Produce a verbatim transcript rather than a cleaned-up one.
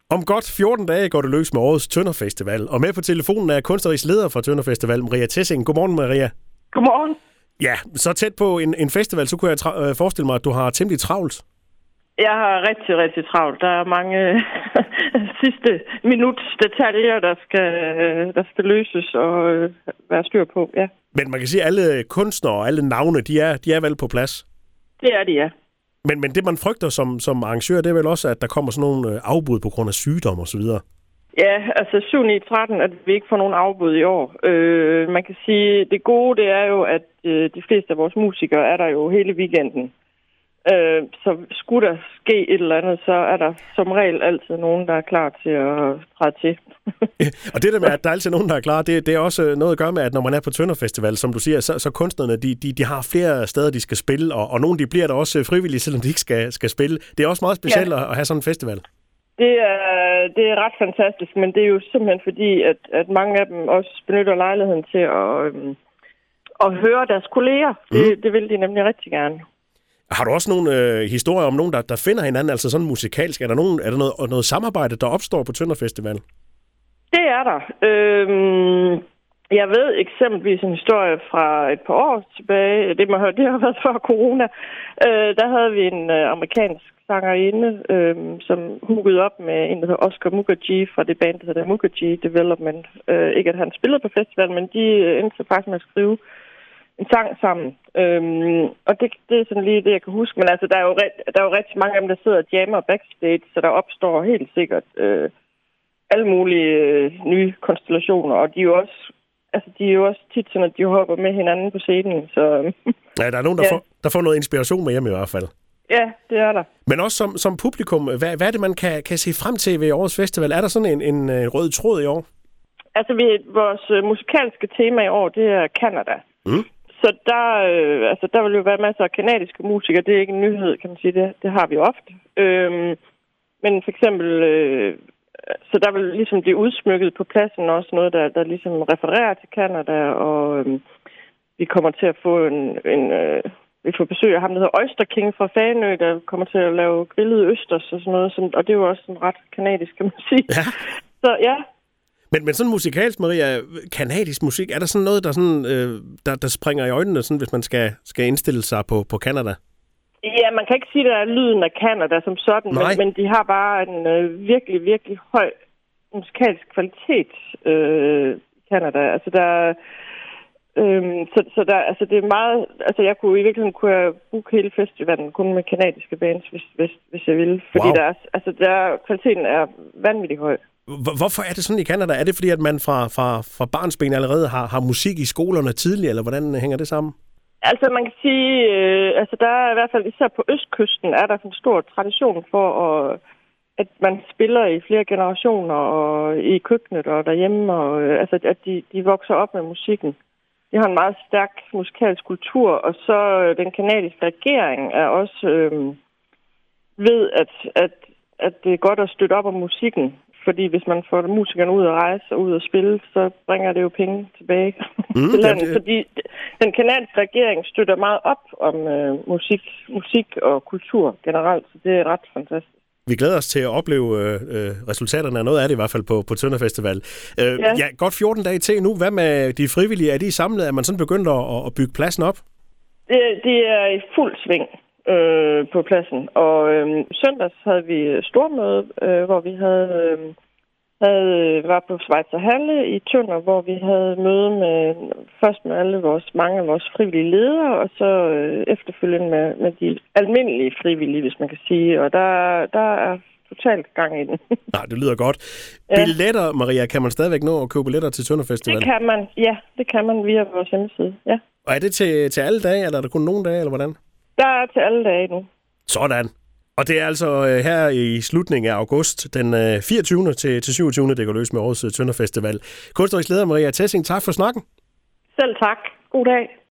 Om godt fjorten dage går det løs med årets Tønder Festival. Og med på telefonen er kunstnerisk leder for Tønder Festival, Maria Tessing. Godmorgen, Maria. Godmorgen. Ja, så tæt på en, en festival, så kunne jeg tra- forestille mig, at du har temmelig travlt. Jeg har rigtig, rigtig travlt. Der er mange sidste minuts detaljer, der skal, der skal løses og øh, være styr på, ja. Men man kan sige, at alle kunstnere og alle navne, de er, de er vel på plads? Det er de, ja. Men, men det, man frygter som, som arrangør, det er vel også, at der kommer sådan nogle afbud på grund af sygdom og så videre? Ja, altså syv ni tretten, at vi ikke får nogen afbud i år. Øh, man kan sige, det gode, det er jo, at øh, de fleste af vores musikere er der jo hele weekenden. Øh, så skulle der ske et eller andet, så er der som regel altid nogen, der er klar til at træde til. Og det der med, at der er altid nogen, der er klar, det, det er også noget at gøre med, at når man er på Tønder Festival, som du siger, så, så kunstnerne, de, de, de har flere steder, de skal spille, og, og nogle de bliver der også frivillige, selvom de ikke skal, skal spille. Det er også meget specielt ja. at, at have sådan en festival. Det er, det er ret fantastisk, men det er jo simpelthen fordi, at, at mange af dem også benytter lejligheden til at, øhm, at høre deres kolleger. Mm. Det, det vil de nemlig rigtig gerne. Har du også nogle øh, historier om nogen, der, der finder hinanden, altså sådan musikalsk? Er der, nogen, er der noget, noget samarbejde, der opstår på Tønder Festival? Det er der. Øhm, jeg ved eksempelvis en historie fra et par år tilbage. Det, må, det har været før corona. Øh, der havde vi en øh, amerikansk sangerinde, øh, som hookede op med en, der hedder Oscar Mukherjee fra det band, der hedder Mukherjee Development. Øh, ikke at han spillede på festivalen, men de endte faktisk med at skrive en sang sammen. Øhm, og det, det er sådan lige det, jeg kan huske. Men altså, der er jo, der er jo rigtig mange af dem, der sidder og jammer backstage, så der opstår helt sikkert øh, alle mulige øh, nye konstellationer. Og de er jo også, altså, de er jo også tit sådan, at de hopper med hinanden på scenen. Så, ja, der er nogen, der, ja. får, der får noget inspiration med hjem i hvert fald. Ja, det er der. Men også som, som publikum, hvad, hvad er det, man kan, kan se frem til ved årets festival? Er der sådan en, en, en rød tråd i år? Altså, vi, vores musikalske tema i år, det er Canada. Mm. Så der, øh, altså, der vil jo være masser af kanadiske musikere. Det er ikke en nyhed, kan man sige. Det, det har vi ofte. Øhm, men for eksempel, øh, så der vil ligesom blive udsmykket på pladsen også noget, der, der ligesom refererer til Canada. Og øh, vi kommer til at få en... en øh, vi får besøg af ham, der hedder Oyster King fra Fanø, der kommer til at lave grillede østers og sådan noget. Sådan, og det er jo også sådan ret kanadisk, kan man sige. Ja. Så ja. Men, men sådan musikalsk, Maria, kanadisk musik, er der sådan noget, der, sådan, øh, der, der springer i øjnene, sådan, hvis man skal, skal indstille sig på, på Canada? Ja, man kan ikke sige, at der er lyden af Canada som sådan, men, men de har bare en øh, virkelig, virkelig høj musikalsk kvalitet i øh, Canada. Altså, der øh, så, så der, altså, det er meget... Altså, jeg kunne i virkeligheden kunne jeg booke hele festivalen kun med kanadiske bands, hvis, hvis, hvis jeg ville. Fordi wow. der er, altså, der, kvaliteten er vanvittigt høj. Hvorfor er det sådan i Canada? Er det fordi, at man fra, fra, fra barnsben allerede har, har musik i skolerne tidligere, eller hvordan hænger det sammen? Altså man kan sige, øh, altså der er i hvert fald især på østkysten, er der en stor tradition for, at, at man spiller i flere generationer og i køkkenet og derhjemme, og øh, altså at de, de vokser op med musikken. De har en meget stærk musikalsk kultur, og så øh, den kanadiske regering er også øh, ved, at, at, at det er godt at støtte op om musikken. Fordi hvis man får musikerne ud at rejse og ud at spille, så bringer det jo penge tilbage mm, til landet. Det... Fordi den kanadiske regering støtter meget op om øh, musik, musik og kultur generelt, så det er ret fantastisk. Vi glæder os til at opleve øh, resultaterne af noget af det i hvert fald på, på Tønder Festival. Øh, ja. ja, godt fjorten dage til nu. Hvad med de frivillige? Er de samlet? Er man sådan begyndt at, at bygge pladsen op? Det, det er i fuld sving. Øh, på pladsen. Og øh, søndags havde vi stormøde, øh, hvor vi havde, øh, havde var på Schweizer Halle i Tønder, hvor vi havde møde med først med alle vores mange af vores frivillige ledere, og så øh, efterfølgende med, med de almindelige frivillige, hvis man kan sige. Og der, der er totalt gang i den. Nej, det lyder godt. Ja. Billetter, Maria, kan man stadigvæk nå at købe billetter til Tønder Festival? Det kan man, ja. Det kan man via vores hjemmeside, ja. Og er det til, til alle dage, eller er der kun nogle dage, eller hvordan? Der er til alle dage nu. Sådan. Og det er altså øh, her i slutningen af august, den øh, fireogtyvende til syvogtyvende det går løs med årets Tønder Festival. Kunstnerisk leder Maria Tessing, tak for snakken. Selv tak. God dag.